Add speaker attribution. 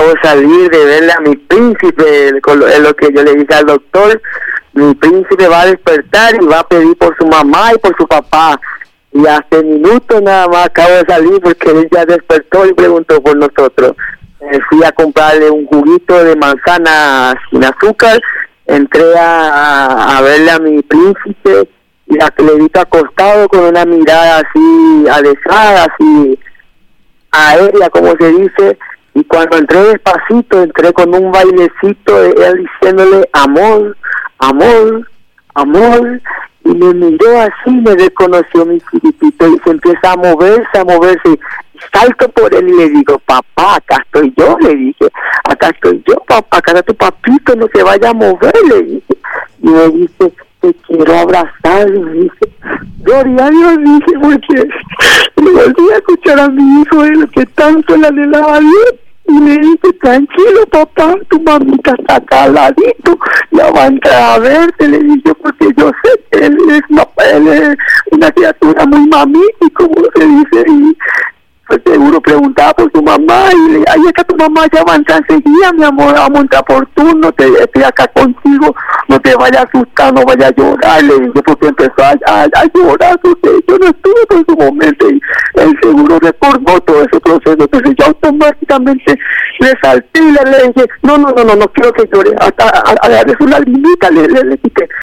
Speaker 1: acabo de salir de verle a mi príncipe, es lo que yo le dije al doctor. Mi príncipe va a despertar y va a pedir por su mamá y por su papá. Y hace minutos nada más acabo de salir porque él ya despertó y preguntó por nosotros. Fui a comprarle un juguito de manzana sin azúcar, entré a verle a mi príncipe y la que le vi acostado con una mirada así alejada, así aérea, como se dice, y cuando entré despacito, entré con un bailecito de él diciéndole amor, amor, amor, y me miró así, me reconoció mi chiquitito y se empieza a moverse, y salto por él y le digo, papá, acá estoy yo, le dije, acá estoy yo, papá, acá está tu papito, no se vaya a mover, le dije, y me dice, te quiero abrazar, y me dice, gloria a Dios, dije, porque le volví a escuchar a mi hijo de lo que tanto le anhelaba a Dios. Y le dije, tranquilo papá, tu mamita está acá al ladito, ya va a entrar a verte, le dije, porque yo sé que él es una criatura muy mamita, como se dice, y pues seguro preguntaba por su mamá, y le dije, ahí está tu mamá, ya va a entrar enseguida, mi amor, vamos a entrar por turno, estoy acá contigo, no te vayas a asustar, no vayas a llorar, le dije, porque empezó a llorar, porque yo no estuve en su momento, y él seguro recordó todo ese proceso, entonces yo automáticamente le salté y le dije, no quiero que llore, hasta agarré su lagrimita, le quité.